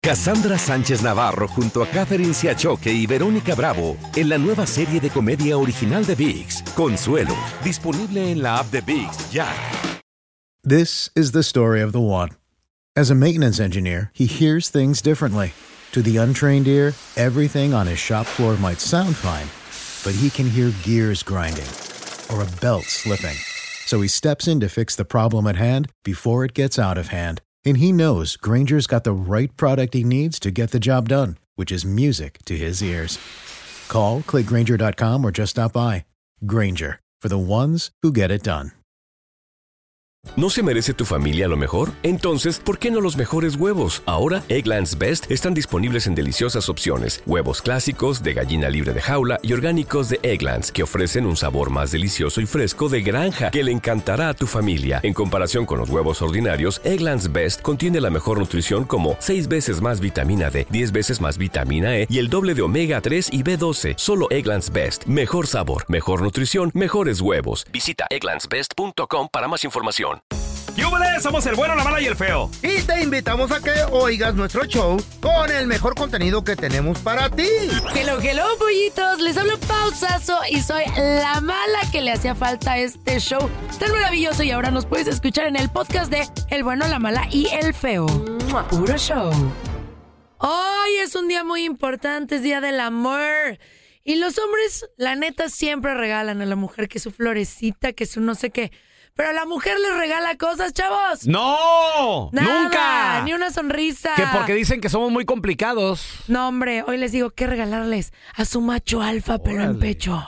Cassandra Sánchez Navarro junto a Catherine Siachoque y Verónica Bravo en la nueva serie de comedia original de ViX, Consuelo, disponible en la app de ViX ya. This is the story of the one. As a maintenance engineer, he hears things differently. To the untrained ear, everything on his shop floor might sound fine, but he can hear gears grinding or a belt slipping. So he steps in to fix the problem at hand before it gets out of hand. And he knows Grainger's got the right product he needs to get the job done, which is music to his ears. Call, click Grainger.com, or just stop by. Grainger, for the ones who get it done. ¿No se merece tu familia lo mejor? Entonces, ¿por qué no los mejores huevos? Ahora, Eggland's Best están disponibles en deliciosas opciones. Huevos clásicos, de gallina libre de jaula y orgánicos de Eggland's, que ofrecen un sabor más delicioso y fresco de granja que le encantará a tu familia. En comparación con los huevos ordinarios, Eggland's Best contiene la mejor nutrición como 6 veces más vitamina D, 10 veces más vitamina E y el doble de omega 3 y B12. Solo Eggland's Best. Mejor sabor, mejor nutrición, mejores huevos. Visita egglandsbest.com para más información. ¡Yúbales! Somos el bueno, la mala y el feo. Y te invitamos a que oigas nuestro show con el mejor contenido que tenemos para ti. Hello, pollitos. Les hablo Pausazo y soy la mala que le hacía falta a este show tan maravilloso. Y ahora nos puedes escuchar en el podcast de El bueno, la mala y el feo. Puro show. Hoy es un día muy importante, es Día del Amor. Y los hombres, la neta, siempre regalan a la mujer que su florecita, que su no sé qué. Pero la mujer les regala cosas, chavos. ¡No! Nada, ¡Nunca! Ni una sonrisa. Que porque dicen que somos muy complicados. No, hombre, hoy les digo qué regalarles a su macho alfa, pelo en pecho.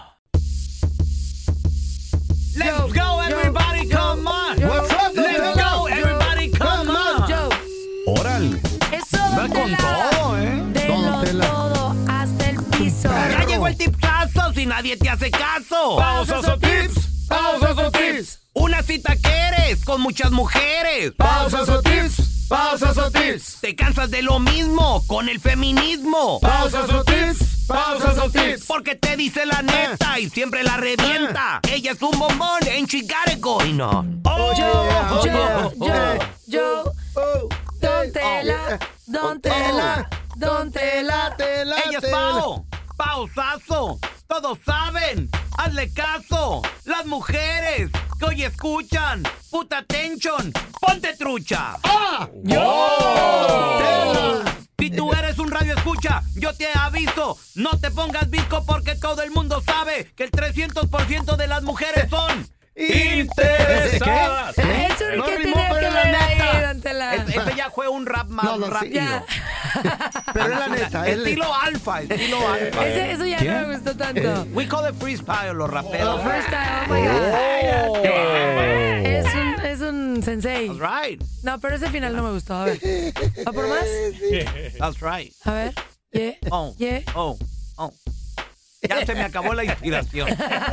Let's go, everybody, come on. What's up, Let's go, everybody, come on. Órale. Eso, Va con todo, Delo todo hasta el piso. Ya llegó el tipsazo si nadie te hace caso. Pausazo tips, pausazo tips. Una cita que eres con muchas mujeres. Pausazo tips, pausazo tips. Te cansas de lo mismo con el feminismo. Pausazo tips, pausazo tips. Porque te dice la neta y siempre la revienta. Ella es un bombón en Chicago y no. Yo, don't tela. Ella es Pao. Pausazo. Todos saben. Hazle caso. Las mujeres que hoy escuchan. Puta attention. Ponte trucha. Si tú eres un radio escucha, yo te aviso. No te pongas visco porque todo el mundo sabe que el 300% de las mujeres son interesadas. Eso No que rimó, tenía pero que la ver neta. ahí, don Tela. Este ya fue un rap más rápido. Ya. Pero es la neta. Estilo alfa. Eso ya no me gustó tanto. We call it freestyle, los raperos. Freestyle, oh my God. Es un sensei. That's right. No, pero ese final no me gustó. A ver. ¿Va por más? That's right. A ver. Yeah. Oh. Yeah. Oh. Ya se me acabó la inspiración.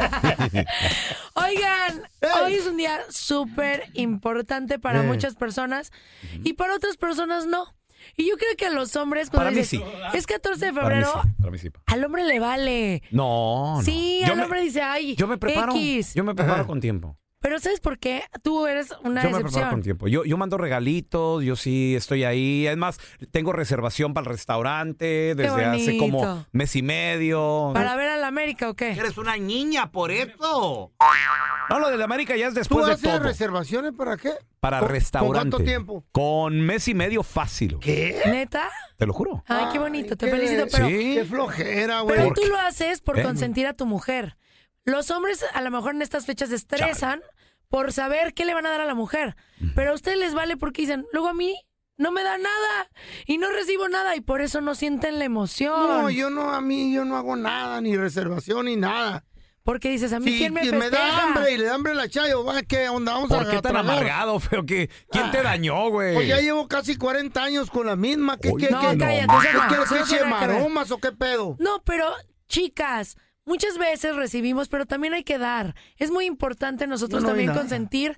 Oigan, hoy es un día súper importante para muchas personas y para otras personas no. Y yo creo que a los hombres, cuando Para mí dicen, sí. es 14 de febrero, Para mí sí. al hombre le vale. No. Sí, al hombre dice, ay, Yo me preparo. X. Yo me preparo con tiempo. Pero ¿sabes por qué? Tú eres una Yo me preparo con excepción. tiempo. Yo mando regalitos, yo sí estoy ahí. Es más, tengo reservación para el restaurante desde hace como bonito. mes y medio. ¿Para ver a la América o qué? Eres una niña, por eso. No, lo de la América ya es ¿Tú después de haces todo. reservaciones para qué? Para ¿Con restaurante. cuánto tiempo? Con mes y medio fácil. ¿Qué? ¿Neta? Te lo juro. Ay, qué bonito, te qué- felicito. Pero, Sí. Qué flojera, güey. pero tú lo haces por ¿Eh? consentir a tu mujer. Los hombres a lo mejor en estas fechas se estresan por saber qué le van a dar a la mujer. Pero a ustedes les vale porque dicen, luego a mí no me da nada y no recibo nada y por eso no sienten la emoción. No, yo no hago nada, ni reservación, ni nada. Porque dices, a mí Si quién me me da festeja. hambre y le da hambre la chayo, ¿va? ¿Qué onda? Vamos a ¿Por qué tan tragar. amargado, feo? ¿Quién te dañó, güey? Pues ya llevo casi 40 años con la misma. ¿Qué Oye, quieres? No, ¿Qué cállate, quieres? eso no, ¿Qué eso no quieres? tiene nada que ver. ¿Maromas o qué pedo? No, pero chicas, muchas veces recibimos, pero también hay que dar. Es muy importante nosotros Yo no doy también nada. consentir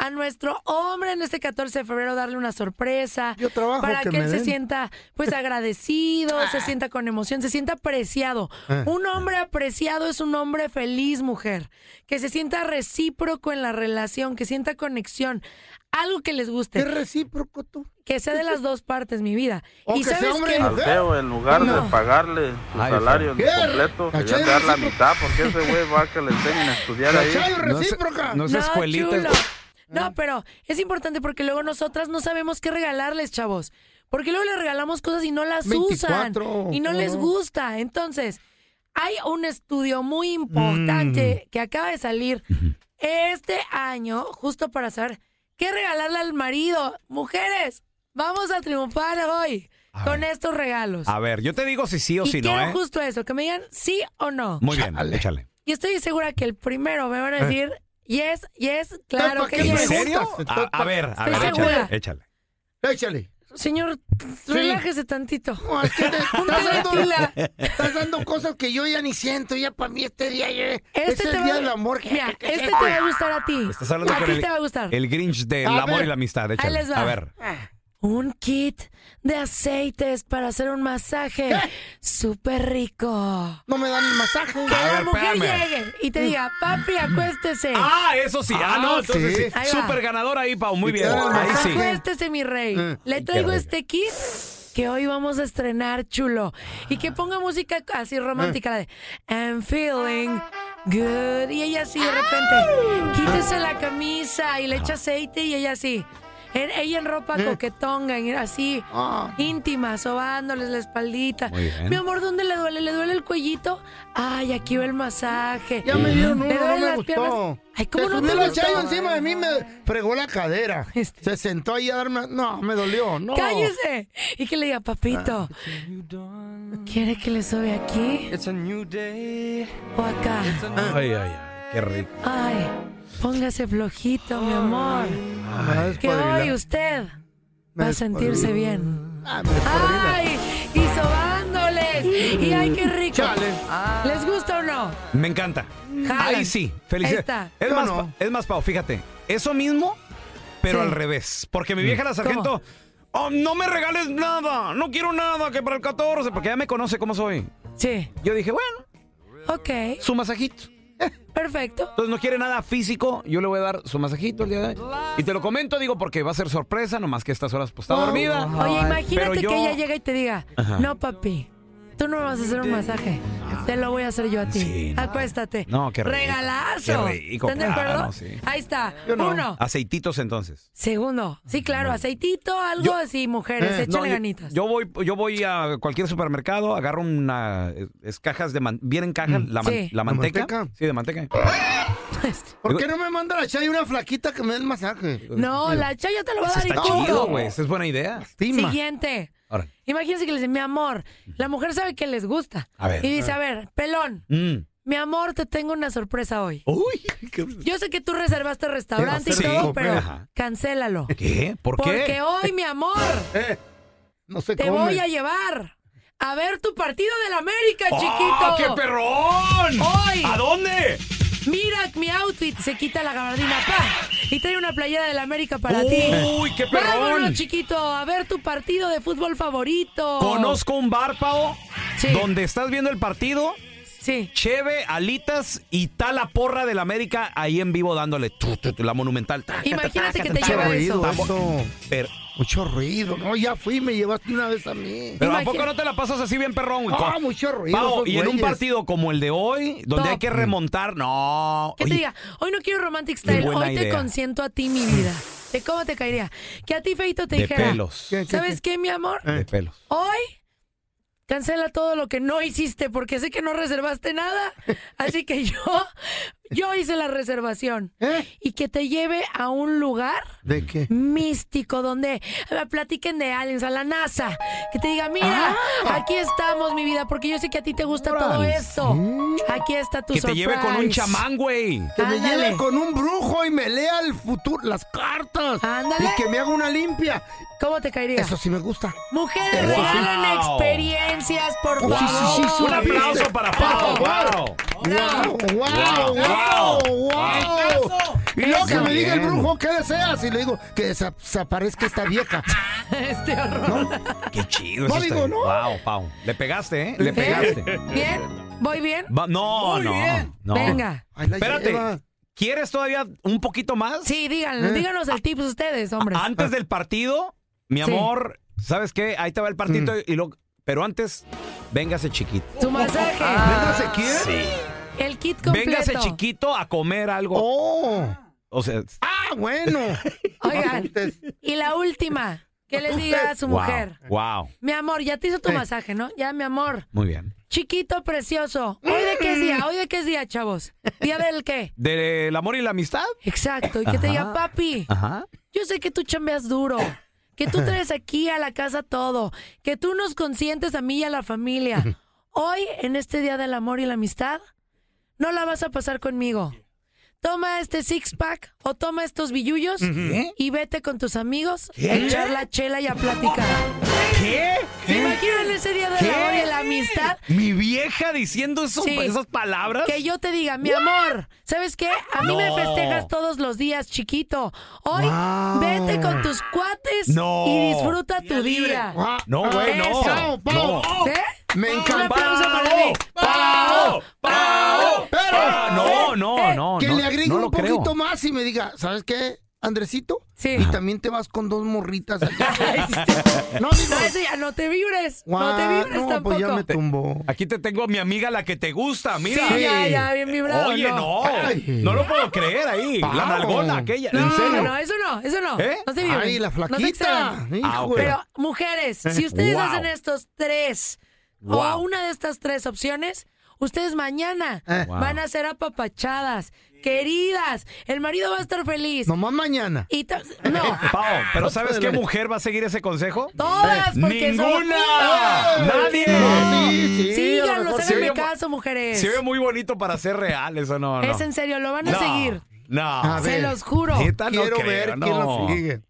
a nuestro hombre en este 14 de febrero darle una sorpresa. Yo trabajo para que me él se den. sienta pues agradecido, se sienta con emoción, se sienta apreciado. Un hombre apreciado es un hombre feliz, mujer. Que se sienta recíproco en la relación, que sienta conexión. Algo que les guste. ¿Qué recíproco tú? Que sea de las dos partes, mi vida. O ¿Y que sea sabes hombre qué? y Al mujer. feo, en lugar No. de pagarle su salario ¿Qué? completo, La deberían Chayo dar la recíproca. mitad, porque ese güey va a que le enseñen a estudiar La ahí. Chayo recíproca. No es escuelita. chulo. No, pero es importante porque luego nosotras no sabemos qué regalarles, chavos. Porque luego les regalamos cosas y no las 24, usan. Y no ¿cómo les no? gusta. Entonces, hay un estudio muy importante que acaba de salir este año, justo para saber qué regalarle al marido. Mujeres, vamos a triunfar hoy con estos regalos. A ver, yo te digo si sí o y si no, quiero ¿eh? justo eso, que me digan sí o no. Muy bien, échale. Y estoy segura que el primero me van a decir yes, claro que ¿Qué ¿En me yes. serio? gusta? A ver, Estoy segura. échale. Échale. Señor, relájese tantito. No, es que Punta de tila. estás dando cosas que yo ya ni siento. Ya para mí este día es el te día va- del amor. Mira, este te va a gustar a ti. Estás hablando a con ti te va a gustar. el Grinch del A amor ver. y la amistad. Ahí Échale. les va. A ver. Un kit de aceites para hacer un masaje súper rico. No me dan el masaje. Que la ver, mujer espérame. llegue y te diga, papi, acuéstese. Ah, eso sí. Ah, no, entonces sí. sí. Ahí va. Súper ganador ahí, Pau. Muy Y bien. te dan el Ahí sí. masaje. Acuéstese, mi rey. Le qué traigo rico. este kit que hoy vamos a estrenar, chulo. Y que ponga música así romántica, la de I'm feeling good. Y ella así de repente, quítese la camisa y le echa aceite y ella así. Ella en ropa coquetonga, así, íntima, sobándoles la espaldita. Muy bien. Mi amor, ¿dónde le duele? ¿Le duele el cuellito? Ay, aquí va el masaje. Ya me dieron ¿Le uno, no duelen me las gustó. piernas? Ay, ¿cómo Se no subió te la gustó? Chayo encima de mí, me fregó la cadera. Este. Se sentó ahí a darme... No, me dolió, no. ¡Cállese! Y que le diga, papito, ¿quiere que le sobe aquí? ¿O acá? Ay, qué rico. Ay, póngase flojito, mi amor. Me Que hoy usted va a sentirse bien. Ah, me descuadrila. ¡Ay! Y sobándoles. Y ay, qué rico. Chale. ¿Les gusta o no? Me encanta. Jalan. Ahí sí. Felicidades. Ahí está. Es Yo más, no. es más, Pau, fíjate. Eso mismo, pero Sí. al revés. Porque mi vieja la sargento... "Oh, no me regales nada. No quiero nada que para el 14. Porque ya me conoce cómo soy. Sí. Yo dije, bueno, Ok. su masajito. Perfecto. Entonces no quiere nada físico, yo le voy a dar su masajito el día de hoy. Y te lo comento, digo, porque va a ser sorpresa, nomás que estas horas pues está dormida. Oye, imagínate pero yo- que ella llega y te diga, Ajá. no, papi, tú no me vas a hacer un masaje. Te lo voy a hacer yo a ti. Sí, no. Acuéstate. No, qué rico. Regalazo. Qué rico, ¿Están de claro, acuerdo? sí. Ahí está. Yo no. Uno. Aceititos entonces. Segundo. Sí, claro, aceitito, algo Yo- así, mujeres. No, Échale ganitas. yo voy a cualquier supermercado, agarro es cajas de viene en caja Sí. la manteca. manteca? Sí, de manteca. ¿Por qué no me manda la Chayo una flaquita que me dé el masaje? No, la Chayo te lo va a Ese dar y está todo. chido, güey. Esa es buena idea. Lastima. Siguiente. Ahora. Imagínense que les dice, mi amor, la mujer sabe que les gusta. A ver. Y dice, a ver, pelón, mi amor, te tengo una sorpresa hoy. Uy, ¿qué? Yo sé que tú reservaste restaurante y Sí, todo, pero ajá. cancélalo. ¿Qué? ¿Por qué? Porque hoy, mi amor, No se te come. voy a llevar a ver tu partido del América, ¡Oh, chiquito. qué perrón! Hoy. ¿A dónde? Mira mi outfit, se quita la gabardina, pa, y trae una playera del América para ti. ¡Uy, qué perrón! Vámonos, chiquito, a ver tu partido de fútbol favorito. Conozco un bar, Pao, Sí. donde estás viendo el partido, Sí. cheve, alitas y tal la porra del América ahí en vivo dándole la monumental. Imagínate que te Mucho lleva ruido eso. eso. Pero, Mucho ruido. No, ya fui, me llevaste una vez a mí. pero ¿a Imagina- poco no te la pasas así bien perrón? Ah, mucho ruido. Pao, esos y en un güeyes. partido como el de hoy, donde Top. hay que remontar, no. Que te Oye, diga, hoy no quiero romantic Qué style, buena hoy te idea. consiento a ti, mi vida. ¿De cómo te caería? Que a ti, Feito, te de dijera, pelos. ¿Qué? ¿sabes qué, mi amor? De pelos. Hoy cancela todo lo que no hiciste porque sé que no reservaste nada. Así que yo hice la reservación. Y que te lleve a un lugar ¿De qué? místico donde platiquen de aliens, a la NASA. Que te diga, mira, aquí estamos, mi vida, porque yo sé que a ti te gusta todo Órale. esto. Aquí está tu Que te lleve con un surprise. chamán, güey. Que me Ándale. lleve con un brujo y me lea el futuro, las cartas. Ándale. Y que me haga una limpia. ¿Cómo te caería? Eso sí me gusta. Mujeres, Wow. regalen experiencias, por Sí, favor. sí, sí, Un aplauso para Pao. Wow. Wow. Wow, wow, wow, wow. Y luego que Eso. me diga el brujo, ¿qué deseas? Y le digo, que desaparezca esta vieja. Este horror. Qué chido No eso. digo, ¿no? Wow, Pau. Le pegaste, ¿eh? Le pegaste. ¿Bien? ¿Voy bien? No. Venga. Ay, la Espérate. lleva. ¿Quieres todavía un poquito más? Sí, díganos el tips ustedes, hombres. Antes del partido, mi Sí. amor, ¿sabes qué? Ahí te va el partido pero antes, véngase chiquito. Su masaje. ¿Véngase quién? Sí. El kit completo. Véngase chiquito a comer algo. Oh. O sea, Bueno. Oigan, Ustedes- y la última, que les diga a su mujer. wow. Mi amor, ya te hizo tu masaje, ¿no? Ya, mi amor. Muy bien. Chiquito, precioso. ¿Hoy de qué es día? ¿Hoy de qué es día, chavos? ¿Día del qué? ¿Del amor y la amistad? Exacto. Y que te diga, papi, Ajá. yo sé que tú chambeas duro, que tú traes aquí a la casa todo, que tú nos consientes a mí y a la familia. Hoy, en este día del amor y la amistad, no la vas a pasar conmigo. Toma este six-pack o toma estos billullos y vete con tus amigos a echar la chela y a platicar. ¿Qué? ¿Se imaginan ese día del amor y la amistad? ¿Mi vieja diciendo Sí. esas palabras? Que yo te diga, mi amor, ¿sabes qué? A mí me No. festejas todos los días, chiquito. Hoy Wow. vete con tus cuates No. y disfruta tu día. No, güey, no. Eso. Pau. ¿Eh? Me Un encanta. aplauso para mí. ¡Pau! ¡Pau! Pero No, que le agregue no un lo creo. poquito más y me diga, ¿sabes qué, Andresito? Sí. Y también te vas con 2 morritas aquí. No, digo, No, eso ya no te vibres. No te guau, vibres no, tampoco. pues ya me tumbó. Aquí te tengo a mi amiga, la que te gusta, mira. Sí, ya, bien vibrado. Oye, no. Ay. No lo puedo creer ahí. Pau. La nalgona aquella. No, ¿En serio? no, eso no. ¿Eh? No se vibren. Ay, la No se flaquita. excedan. Hijo, Pero, mujeres, si ustedes Wow. hacen estos 3 Wow. o una de estas 3 opciones, ustedes mañana Wow. van a ser apapachadas, queridas. El marido va a estar feliz. nomás mañana. Y no, Pau, pero ¿sabes qué mujer va a seguir ese consejo? todas, porque son- ¡Ninguna! ¡Nadie! No, sí, a lo Síganlos, mejor háganme sí. caso, mujeres. Se ve muy bonito para ser real, eso no. Es en serio, lo van a seguir. No. A Se ver. los juro. Neta, no Quiero creo, ver no. quién lo sigue.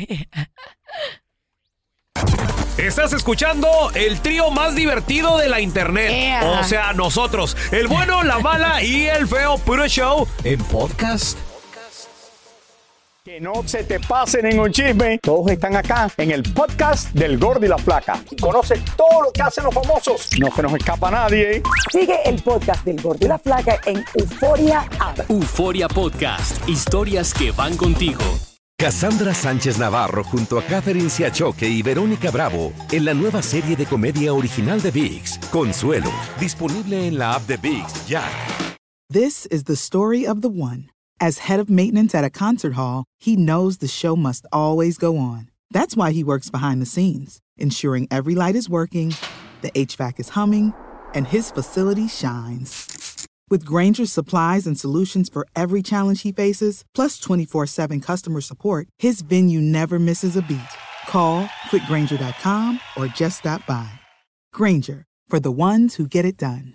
Estás escuchando el trío más divertido de la internet. Ea. O sea, nosotros, el bueno, la mala y el feo puro show en podcast. Que no se te pasen en un chisme. Todos están acá en el podcast del Gordo y la Flaca. Y conoce todo lo que hacen los famosos. No se nos escapa nadie. Sigue el podcast del Gordo y la Flaca en Euforia App. Euforia Podcast, historias que van contigo. Cassandra Sánchez Navarro junto a Catherine Siachoque y Verónica Bravo en la nueva serie de comedia original de ViX, Consuelo, disponible en la app de ViX ya. This is the story of the one. As head of maintenance at a concert hall, he knows the show must always go on. That's why he works behind the scenes, ensuring every light is working, the HVAC is humming, and his facility shines. With Grainger's supplies and solutions for every challenge he faces, plus 24/7 customer support, his venue never misses a beat. Call quickgrainger.com or just stop by. Grainger, for the ones who get it done.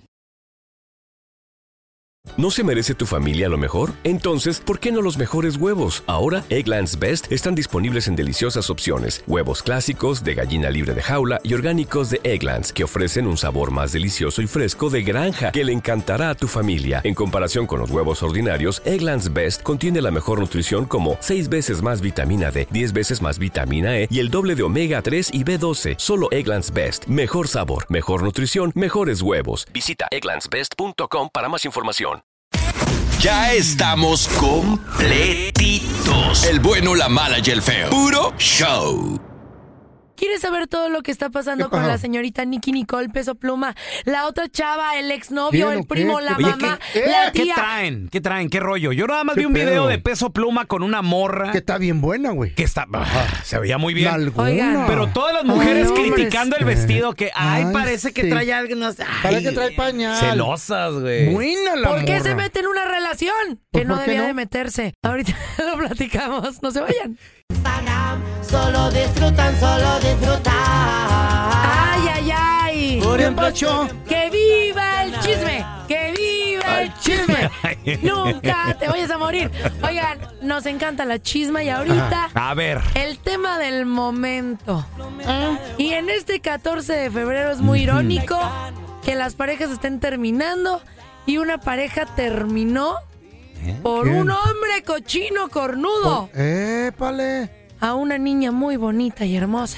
¿No se merece tu familia lo mejor? Entonces, ¿por qué no los mejores huevos? Ahora, Eggland's Best están disponibles en deliciosas opciones. Huevos clásicos, de gallina libre de jaula y orgánicos de Eggland's, que ofrecen un sabor más delicioso y fresco de granja que le encantará a tu familia. En comparación con los huevos ordinarios, Eggland's Best contiene la mejor nutrición como 6 veces más vitamina D, 10 veces más vitamina E y el doble de omega 3 y B12. Solo Eggland's Best. Mejor sabor, mejor nutrición, mejores huevos. Visita egglandsbest.com para más información. Ya estamos completitos. El bueno, la mala y el feo. Puro show. ¿Quieres saber todo lo que está pasando con la señorita Nicky Nicole Peso Pluma? La otra chava, el exnovio, ¿Quién el o primo, qué? la Oye, mamá, ¿qué- la ¿Qué tía. traen? ¿Qué traen? ¿Qué rollo? Yo nada más ¿Qué vi un video pedo? de Peso Pluma con una morra. Que está bien buena, güey. Que está... se veía muy bien. Nalgona. Oigan. Pero todas las mujeres Ay, hombres. criticando el vestido que, ay, Ay, parece que sí. trae algo. No sé, ay, Parece que trae pañal. Celosas, güey. Buena la ¿Por qué morra. se mete en una relación Pues, que no ¿por qué debía no? de meterse? Ahorita lo platicamos, no se vayan. Solo disfrutan, solo disfrutan. Ay, ay, ay. Por empacho. ¡Que viva el chisme! ¡Que viva el chisme! Nunca te vayas a morir. Oigan, nos encanta la chisma y ahorita A ver. el tema del momento. Y en este 14 de febrero es muy irónico que las parejas estén terminando y una pareja terminó Por ¿Quién? un hombre cochino cornudo. ¡Épale! A una niña muy bonita y hermosa.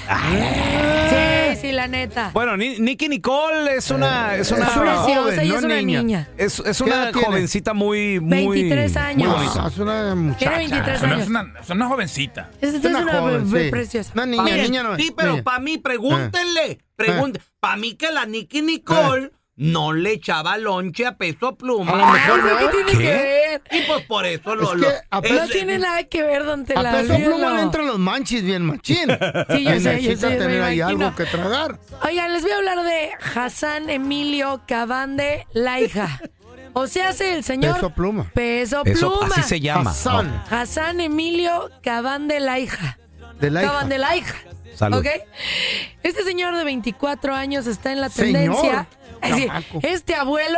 Sí, la neta. Bueno, Nicky Nicole es una preciosa y no es una niña. Es ¿Qué una edad tiene? jovencita muy 23 años. muy bonita. Es una muchacha. Tiene 23 años. Es una jovencita. Esta es una joven, sí. preciosa. Una niña, Miren, niña no. sí, pero niña. para mí, pregúntenle. Para mí que la Nicky Nicole no le echaba lonche a Peso Pluma. A lo mejor no. ¿Qué tiene que ver? Y pues por eso Es lo... que a No tiene nada que ver, don Tela. A Peso olvídalo. Pluma le entran los manchis bien machín. Sí, yo sé, Necesita me tener ahí imagino. algo que tragar. Oigan, les voy a hablar de Hassan Emilio Cavande Laija. O sea, hace el señor Peso Pluma. Peso Eso Pluma. así se llama. Hassan. Hassan Emilio Cavande Laija. De la hija. Cavande Laija. Salud. ¿Ok? Este señor de 24 años está en la Señor. tendencia. Sí, Chamaco. este abuelo.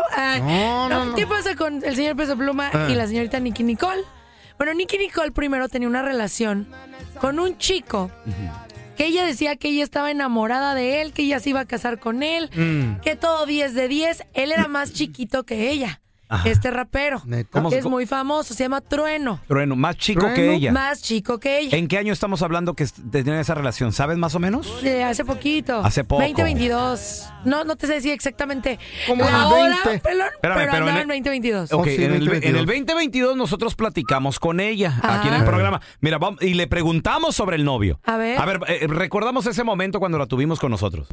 No. ¿Qué pasa con el señor Peso Pluma y la señorita Nicky Nicole? Bueno, Nicky Nicole primero tenía una relación con un chico que ella decía que ella estaba enamorada de él, que ella se iba a casar con él, que todo 10 de 10. Él era más chiquito que ella. Ajá. Este rapero. ¿Neta? Es muy famoso, se llama Trueno. Trueno, más chico Trueno. que ella. Más chico que ella. ¿En qué año estamos hablando que tenían esa relación? ¿Sabes más o menos? Hace poquito. Hace poco. 2022. No te sé decir exactamente Como la en el hora, 20. pero pero andaba en en 2022. Ok, Oh, sí, en el 2022. 2022 nosotros platicamos con ella Ajá. aquí en el programa. Mira, y le preguntamos sobre el novio. A ver. Recordamos ese momento cuando la tuvimos con nosotros.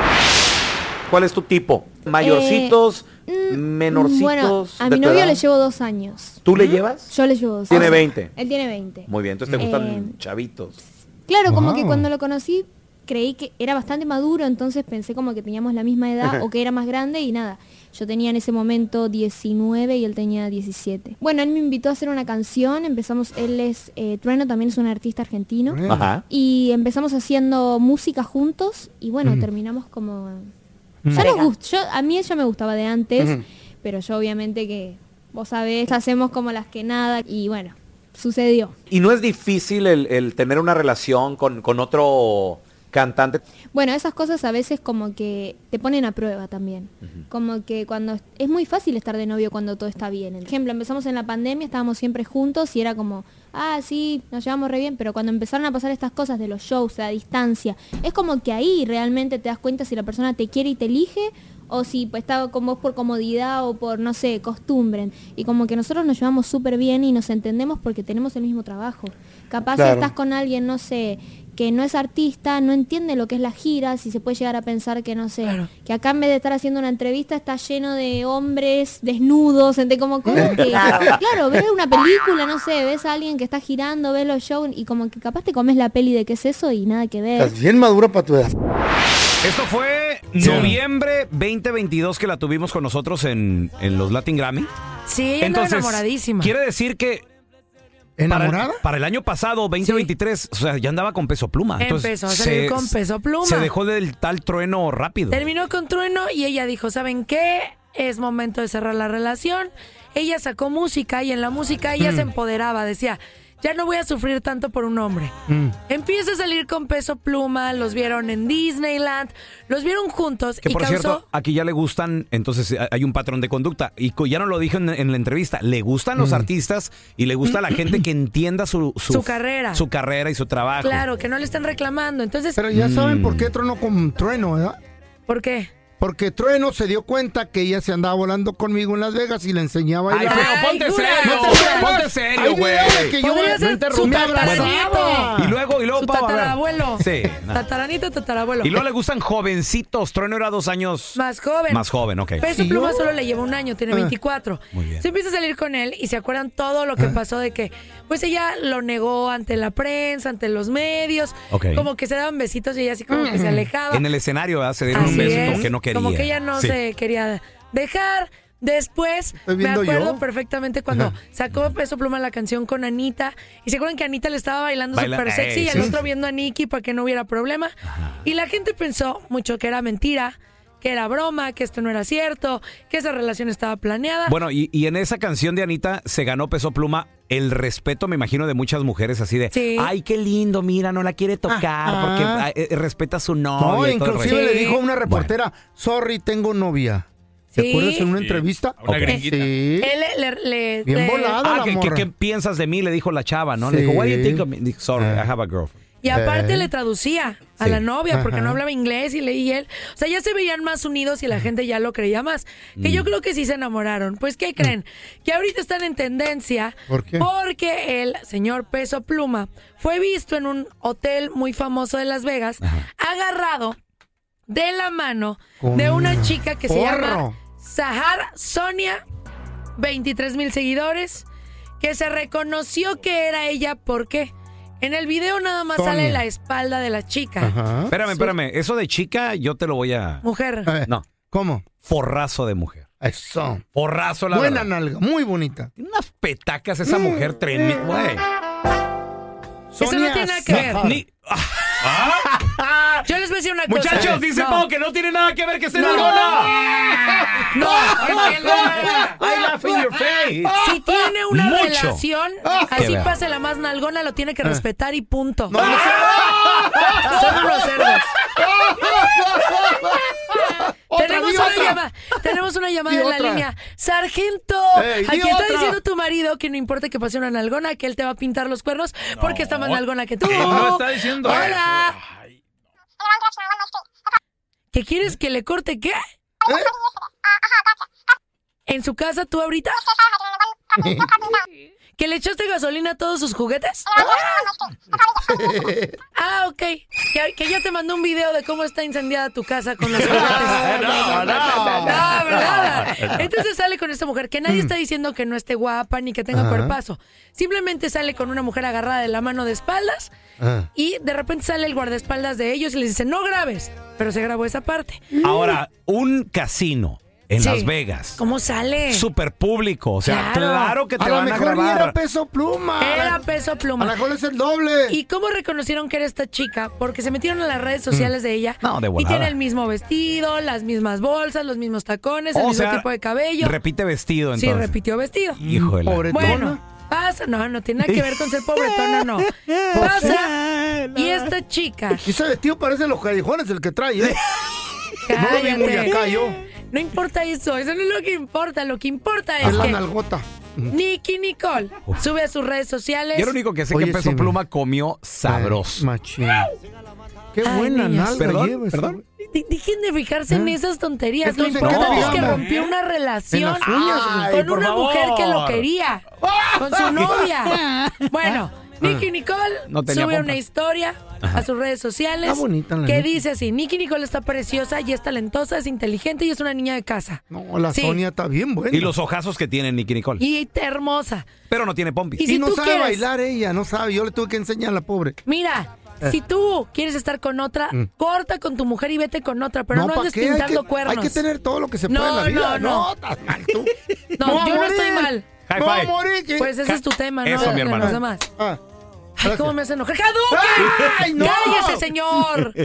¿Cuál es tu tipo? ¿Mayorcitos? ¿Menorcitos? Bueno, a de mi tu novio edad? le llevo 2 años. ¿Tú le llevas? Yo le llevo 2 Tiene años. 20. Él tiene 20. Muy bien, entonces te gustan chavitos. Claro, como que Wow. cuando lo conocí creí que era bastante maduro, entonces pensé como que teníamos la misma edad o que era más grande y nada. Yo tenía en ese momento 19 y él tenía 17. Bueno, él me invitó a hacer una canción, él es, Trueno también es un artista argentino. Ajá. Y empezamos haciendo música juntos y bueno, terminamos como... Ya nos gustó, a mí ella me gustaba de antes, pero yo obviamente que, vos sabés, hacemos como las que nada y bueno, sucedió. ¿Y no es difícil el tener una relación con otro cantante? Bueno, esas cosas a veces como que te ponen a prueba también. Como que cuando es muy fácil estar de novio cuando todo está bien. Por ejemplo, empezamos en la pandemia, estábamos siempre juntos y era como, sí, nos llevamos re bien, pero cuando empezaron a pasar estas cosas de los shows, a distancia, es como que ahí realmente te das cuenta si la persona te quiere y te elige o si pues, estaba con vos por comodidad o por, no sé, costumbre. Y como que nosotros nos llevamos súper bien y nos entendemos porque tenemos el mismo trabajo. Capaz Claro. si estás con alguien, no sé, que no es artista, no entiende lo que es la gira, si se puede llegar a pensar que, no sé, que acá en vez de estar haciendo una entrevista está lleno de hombres desnudos, como que, claro, ves una película, no sé, ves a alguien que está girando, ves los shows y como que capaz te comes la peli de qué es eso y nada que ver. Estás bien madura para tu edad. Esto fue noviembre 2022 que la tuvimos con nosotros en los Latin Grammy. Sí, ella andaba enamoradísima. Quiere decir que ¿enamorada? Para el año pasado, 2023, o sea, ya andaba con Peso Pluma. Entonces, Empezó a salir con Peso Pluma. Se dejó del tal Trueno rápido. Terminó con Trueno y ella dijo, ¿saben qué? Es momento de cerrar la relación. Ella sacó música y en la música ella se empoderaba. Decía, ya no voy a sufrir tanto por un hombre. Empieza a salir con Peso Pluma, los vieron en Disneyland, los vieron juntos Que y por causó... cierto, aquí ya le gustan, entonces hay un patrón de conducta. Y ya no lo dijo en la entrevista, le gustan los artistas y le gusta la gente que entienda su carrera. Su carrera y su trabajo. Claro, que no le están reclamando. Entonces, Pero ya saben por qué Trueno con Trueno, ¿verdad? ¿por qué? Porque Trueno se dio cuenta que ella se andaba volando conmigo en Las Vegas y le enseñaba a Ay, bailar. feo, ponte Ay, serio, jura. ponte serio, Hay güey. videos que yo Podría me ser su interrumpía, tataranieto. Y luego, Su Pau, a ver. tatarabuelo. Sí. no. Tatarabuelo. Y luego le gustan jovencitos. Trueno era 2 años Más joven. más joven, ok. Peso ¿Y Pluma yo? solo le lleva 1 año, tiene 24. Muy bien. Se empieza a salir con él y se acuerdan todo lo que pasó de que, pues ella lo negó ante la prensa, ante los medios. Ok. Como que se daban besitos y ella así como que se alejaba. En el escenario ¿verdad? Se dieron un Así beso es. como que no quería. Como que ella no Sí. se quería dejar. Después, Estoy me viendo acuerdo yo. perfectamente cuando sacó Peso Pluma la canción con Anita. Y se acuerdan que Anita le estaba bailando súper sexy y el sí. otro viendo a Nicky para que no hubiera problema. Y la gente pensó mucho que era mentira, que era broma, que esto no era cierto, que esa relación estaba planeada. Bueno, y en esa canción de Anita se ganó Peso Pluma el respeto, me imagino, de muchas mujeres así de, Sí. ay, qué lindo, mira, no la quiere tocar porque respeta a su novia. No, y todo el inclusive rollo. le dijo a una reportera, sorry, tengo novia. ¿Te Sí. acuerdas en una entrevista? Una gringuita. Sí. Él Bien volada la ¿qué morra. piensas de mí? Le dijo la chava, ¿no? Le dijo, what do you think of me? Dijo, sorry, I have a girlfriend. Y aparte le traducía a la novia porque Ajá. no hablaba inglés y leí él. O sea, ya se veían más unidos y la gente ya lo creía más. Que yo creo que sí se enamoraron. Pues, ¿qué creen? Que ahorita están en tendencia. ¿Por qué? Porque el señor Peso Pluma fue visto en un hotel muy famoso de Las Vegas, agarrado de la mano de una chica que se llama Sahar Sonia, 23,000 seguidores, que se reconoció que era ella. ¿Por qué? En el video nada más Sonia. sale la espalda de la chica. Espérame. Eso de chica, yo te lo voy a... Mujer. No. ¿Cómo? Forrazo de mujer. Eso. Forrazo, la Buena verdad. nalga, muy bonita. Tiene unas petacas esa mujer tremenda, güey. Eso no tiene nada que ver. Yo les voy a decir una cosa. Muchachos, dice No. Pau que no tiene nada que ver que esté No. nalgona. No. I laugh in your face. Si tiene una Mucho. relación, Qué así va. pase la más nalgona, lo tiene que respetar y punto. No, Son unos cerdos. Otra, Tenemos di una otra. llamada. Tenemos una llamada Di en la otra. línea. Sargento, Ey, aquí di está otra. diciendo tu marido que no importa que pase una nalgona, que él te va a pintar los cuernos porque está más nalgona que tú. Él no está diciendo Hola. ¿Qué quieres que le corte qué? ¿En su casa tú ahorita? ¿Que le echaste gasolina a todos sus juguetes? Ah, ok. Que ya te mandó un video de cómo está incendiada tu casa con los juguetes. No, ¿verdad? Entonces sale con esta mujer, que nadie está diciendo que no esté guapa ni que tenga Ajá. cuerpazo. Simplemente sale con una mujer agarrada de la mano de espaldas y de repente sale el guardaespaldas de ellos y les dice, no grabes. Pero se grabó esa parte. Ahora, un casino en Sí. Las Vegas. ¿Cómo sale? Súper público. O sea, claro que te a lo van a mejor grabar. era Peso Pluma. Era Peso Pluma. A lo mejor es el doble. ¿Y cómo reconocieron que era esta chica? Porque se metieron a las redes sociales de ella. No, de y volada. tiene el mismo vestido, las mismas bolsas, los mismos tacones, el O mismo sea, tipo de cabello. Repite vestido, Sí, entonces. repitió vestido. Híjole. Bueno, pasa. No tiene nada que ver con ser pobretona, no. Pasa. Y esta chica. Y ese vestido parece los callejones el que trae, ¿eh? No lo vi muy Cállate. acá yo. No importa eso no es lo que importa. Lo que importa es Es la que nalgota. Nicki Nicole sube a sus redes sociales. Yo lo único que sé Oye, que Peso sí, Pluma comió sabroso. Machín. Qué Ay, buena niños. nalga Perdón, lleva ese perdón. güey. Dejen de fijarse en esas tonterías. Lo Entonces, ¿en qué importante te es que fijamos? rompió una relación En las uñas, güey. con por una favor. mujer que lo quería. Con su novia. Bueno, Nicki Nicole No tenía sube pompa. una historia a sus redes sociales Está bonita la que Nicki. dice así: Nicki Nicole está preciosa y es talentosa, es inteligente y es una niña de casa. No, la Sí. Sonia está bien buena. Y los ojazos que tiene Nicki Nicole. Y hermosa. Pero no tiene pompis. Y si no tú sabe quieres- bailar ella, no sabe. Yo le tuve que enseñar a la pobre. Mira, si tú quieres estar con otra, corta con tu mujer y vete con otra, pero no, ¿pa' andes qué? pintando cuernos. Hay que tener todo lo que se No, puede en la vida. no. estás mal tú. No, Me yo no voy a estoy morir. mal. High Me voy a five. morir, ¿qué? Pues ese es tu tema, ¿no? Eso, mi De hermano. los demás. Ah, Ay, gracias. cómo me hace enojar. ¡Caduque! ¡Ay, no! ¡Cállese, señor!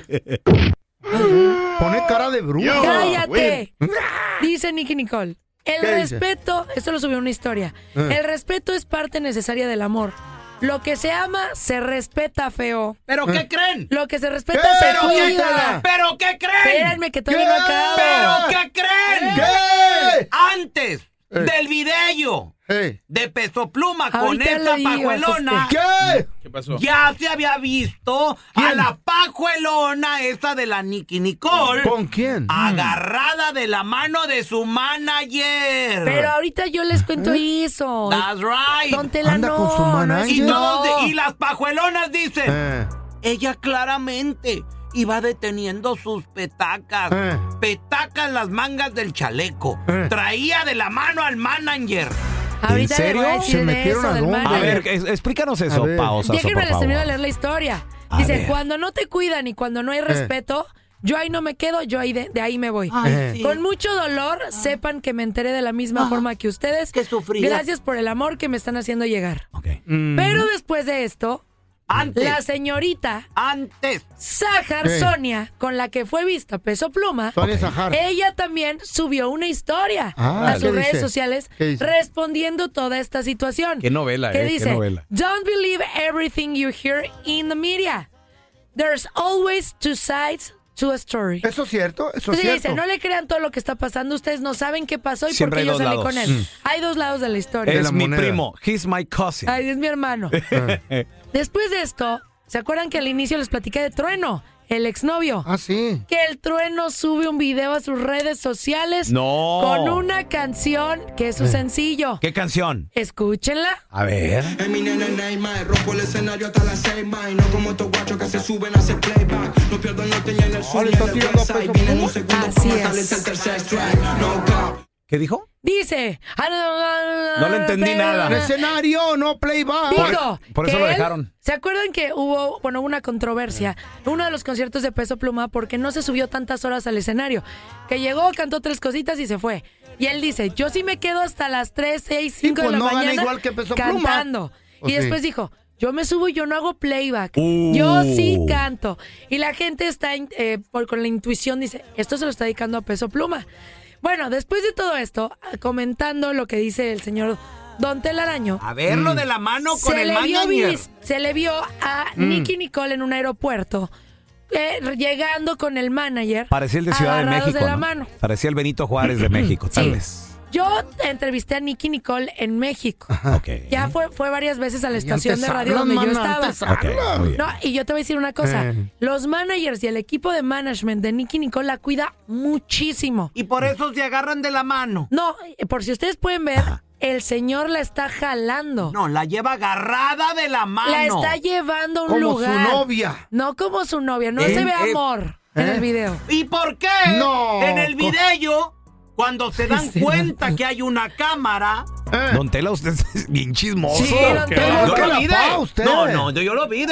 Pone cara de bruja. ¡Cállate! Dice Nicki Nicole. El ¿Qué dice? respeto, esto lo subió una historia. El respeto es parte necesaria del amor. Lo que se ama, se respeta, feo. ¿Pero qué creen? Lo que se respeta, ¿Qué? se ¿Pero qué cuida. creen? ¿Pero qué creen? Espérenme, que todavía no acabo. ¿Pero qué creen? ¿Qué? Antes del video Hey. de Peso Pluma con Ahorita esta le digo, pajuelona, ¿Qué? ¿Qué pasó? ya se había visto a la pajuelona esa de la Nicki Nicole ¿Con quién? agarrada de la mano de su manager. Pero ahorita yo les cuento eso. That's right. Don Tela, Anda no, con su no manager. es- Y, no. y las pajuelonas dicen, ella claramente iba deteniendo sus petacas. Petacas las mangas del chaleco. Traía de la mano al manager. Ahorita ¿En serio? le voy a decir Se de metieron eso, a del dónde. A manager. ver, explícanos eso, A ver. pausa, Déjenme por les favor. termino de leer la historia. A Dice, ver. cuando no te cuidan y cuando no hay respeto, yo ahí no me quedo, yo ahí de ahí me voy. Sí. Con mucho dolor, sepan que me enteré de la misma forma que ustedes. Que sufría. Gracias por el amor que me están haciendo llegar. Ok. Pero después de esto, Antes. la señorita Antes. Sahar ¿Qué? Sonia, con la que fue vista Peso Pluma, Sonia Sahar. ella también subió una historia Ah, a ¿qué sus redes dice? sociales ¿Qué dice? respondiendo toda esta situación. Qué novela, ¿Qué qué dice? novela. Don't believe everything you hear in the media. There's always two sides su story. Eso es cierto, eso es Entonces cierto. dice, no le crean todo lo que está pasando, ustedes no saben qué pasó y Siempre por qué hay yo dos salí lados. con él. Hay dos lados de la historia. Es mi primo. He's my cousin. Ay, es mi hermano. Después de esto, ¿se acuerdan que al inicio les platiqué de Trueno? El exnovio. Ah, sí. Que el Trueno sube un video a sus redes sociales No. con una canción que es su sencillo. ¿Qué canción? Escúchenla. A ver. Mi nena Neymar, rompo el escenario hasta las 6, y no como estos guachos que se suben a hacer playback. No pierdo el norte ni en el sur ni en el website. Vine en un segundo Así para es. matarles el tercer strike. No cap. ¿Qué dijo? Dice. No le entendí nada. El escenario, no playback. Digo, por eso que lo él- dejaron. ¿Se acuerdan que hubo una controversia? Uno de los conciertos de Peso Pluma porque no se subió tantas horas al escenario. Que llegó, cantó 3 cositas y se fue. Y él dice, yo sí me quedo hasta las 3, 6, 5 pues de la no gana mañana igual que Peso Pluma. cantando. Pues Y sí. después dijo, yo me subo y yo no hago playback. Yo sí canto. Y la gente está con la intuición, dice, esto se lo está dedicando a Peso Pluma. Bueno, después de todo esto, comentando lo que dice el señor Don Telaraño. A verlo de la mano con el manager. Se le vio a Nicki Nicole en un aeropuerto llegando con el manager. Parecía el de Ciudad de agarrados México, de la ¿no? mano. Parecía el Benito Juárez de México, tal Sí. vez. Yo entrevisté a Nicki Nicole en México. Ok. Ya fue varias veces a la estación de antes radio hablan, donde yo mana, estaba. antes hablan. muy bien. No, y yo te voy a decir una cosa. Los managers y el equipo de management de Nicki Nicole la cuida muchísimo. Y por eso se agarran de la mano. No, por si ustedes pueden ver, el señor la está jalando. No, la lleva agarrada de la mano. La está llevando a un Como lugar. su novia. No como su novia. No se ve amor en el video. ¿Y por qué? No. En el video, cuando se dan cuenta que hay una cámara... Don Tela, usted es bien chismoso. Sí, Don ¿Qué? Tela. Yo lo vi pa' usted. No, yo lo vi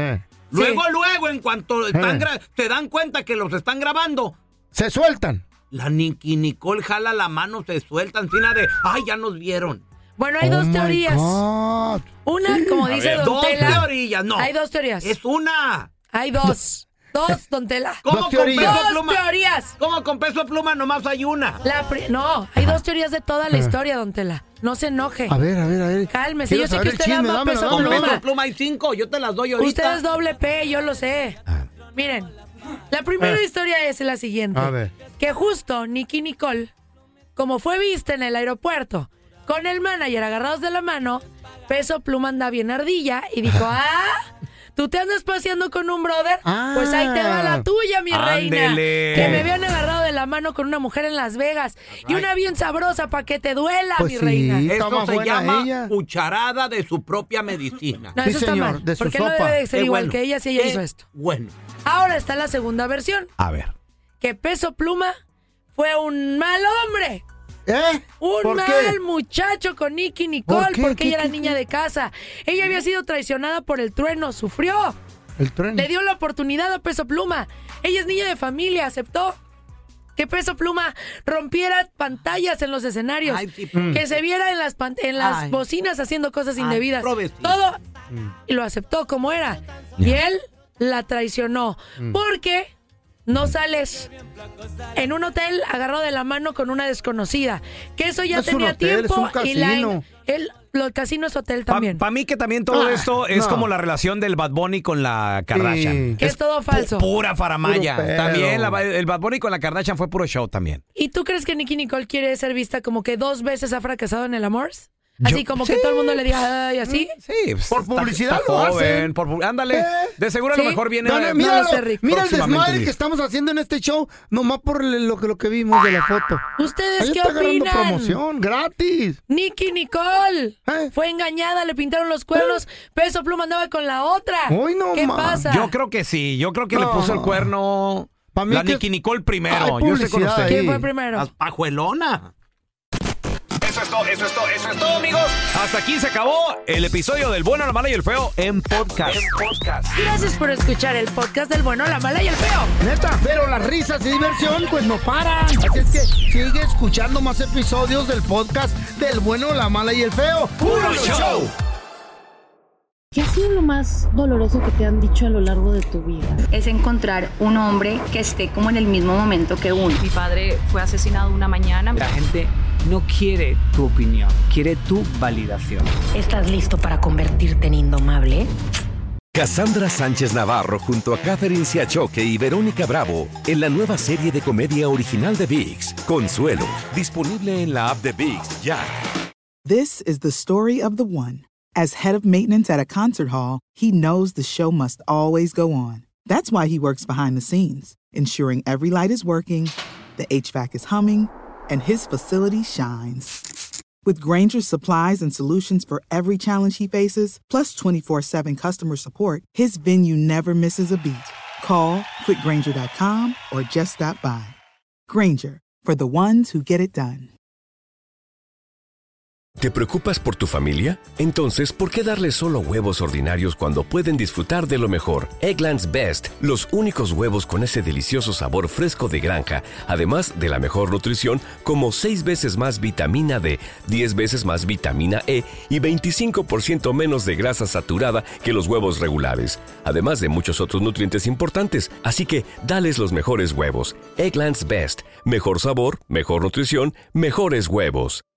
Luego, en cuanto se dan cuenta que los están grabando, Se sueltan. la Nicki Nicole jala la mano, se suelta encima de... ¡Ay, ya nos vieron! Bueno, hay dos my teorías. God. Una, como dice Don Dos Tela. teorías, no. Hay dos teorías. Es una. Hay dos. Dos, Don Tela. ¿Cómo Dos con teorías. peso Dos pluma? teorías. ¿Cómo con peso pluma nomás hay una? No, hay dos teorías de toda la historia, Don Tela. No se enoje. A ver. Cálmese, Quiero yo sé saber que el usted chisme, ama dámelo, Peso dámelo. Con Pluma. peso pluma hay 5, yo te las doy ahorita. Usted es doble P, yo lo sé. Miren, la primera historia es la siguiente. A ver. Que justo Nicki Nicole, como fue vista en el aeropuerto, con el manager agarrados de la mano, Peso Pluma anda bien ardilla y dijo, ¿tú te andas paseando con un brother? Pues ahí te va la tuya, mi reina. Ándele. Que me habían agarrado de la mano con una mujer en Las Vegas. Y una bien sabrosa para que te duela, Pues mi sí. reina. Está Eso más se buena llama ella. cucharada de su propia medicina. No, Sí, eso está señor, mal. de su Porque no sopa. debe de ser Qué igual bueno. que ella si ella Qué hizo esto. Bueno. Ahora está la segunda versión. A ver. Que Peso Pluma fue un mal hombre. Un ¿Por mal qué? muchacho con Nicki Nicole ¿Por qué? porque ¿Qué, ella era qué, niña qué? de casa. Ella había sido traicionada por el Trueno, sufrió. El tren. Le dio la oportunidad a Peso Pluma. Ella es niña de familia, aceptó que Peso Pluma rompiera pantallas en los escenarios, Ay, sí. que se viera en las Ay. bocinas haciendo cosas indebidas. provecito. Todo y lo aceptó como era. Y él la traicionó porque no sales en un hotel agarrado de la mano con una desconocida. Que eso ya No es un tenía hotel, es tiempo un y casino. el casino es hotel también. Para mí que también todo esto es no. como la relación del Bad Bunny con la Kardashian. Que es todo falso. Pura faramaya. Puro pedo. También el Bad Bunny con la Kardashian fue puro show también. ¿Y tú crees que Nicki Nicole quiere ser vista como que 2 veces ha fracasado en el amor? Así como que todo el mundo le diga, ay, así. Sí, pues, Por publicidad está lo joven, hacen. ándale. De seguro a Sí. lo mejor viene. Gana, no mira lo sé, Rick. mira el Próximamente desmadre listo. que estamos haciendo en este show, nomás por lo que vimos de la foto. ¿Ustedes Ahí qué está agarrando opinan? promoción, gratis. Nicki Nicole fue engañada, le pintaron los cuernos, Peso Pluma andaba con la otra. Uy, no, ¿Qué ma. pasa? Yo creo que sí. Yo creo que le No. puso el cuerno Pa' mí la que- Nicki Nicole primero. Hay Yo estoy con publicidad usted. ahí. ¿Quién fue primero? Las pajuelona. Eso es todo, amigos. Hasta aquí se acabó el episodio del Bueno, la Mala y el Feo en podcast. Gracias por escuchar el podcast del bueno, la mala y el feo. Neta, pero las risas y diversión pues no paran. Así es que sigue escuchando más episodios del podcast del bueno, la mala y el feo. ¡Puro show! ¿Qué ha sido lo más doloroso que te han dicho a lo largo de tu vida? Es encontrar un hombre que esté como en el mismo momento que uno. Mi padre fue asesinado una mañana. La gente no quiere tu opinión, quiere tu validación. ¿Estás listo para convertirte en indomable? Cassandra Sánchez Navarro junto a Catherine Siachoque y Verónica Bravo en la nueva serie de comedia original de ViX, Consuelo, disponible en la app de ViX ya. This is the story of the one. As head of maintenance at a concert hall, he knows the show must always go on. That's why he works behind the scenes, ensuring every light is working, the HVAC is humming, and his facility shines. With Grainger's supplies and solutions for every challenge he faces, plus 24/7 customer support, his venue never misses a beat. Call quickgrainger.com or just stop by. Grainger, for the ones who get it done. ¿Te preocupas por tu familia? Entonces, ¿por qué darles solo huevos ordinarios cuando pueden disfrutar de lo mejor? Eggland's Best, los únicos huevos con ese delicioso sabor fresco de granja, además de la mejor nutrición, como 6 veces más vitamina D, 10 veces más vitamina E y 25% menos de grasa saturada que los huevos regulares, además de muchos otros nutrientes importantes. Así que, dales los mejores huevos. Eggland's Best, mejor sabor, mejor nutrición, mejores huevos.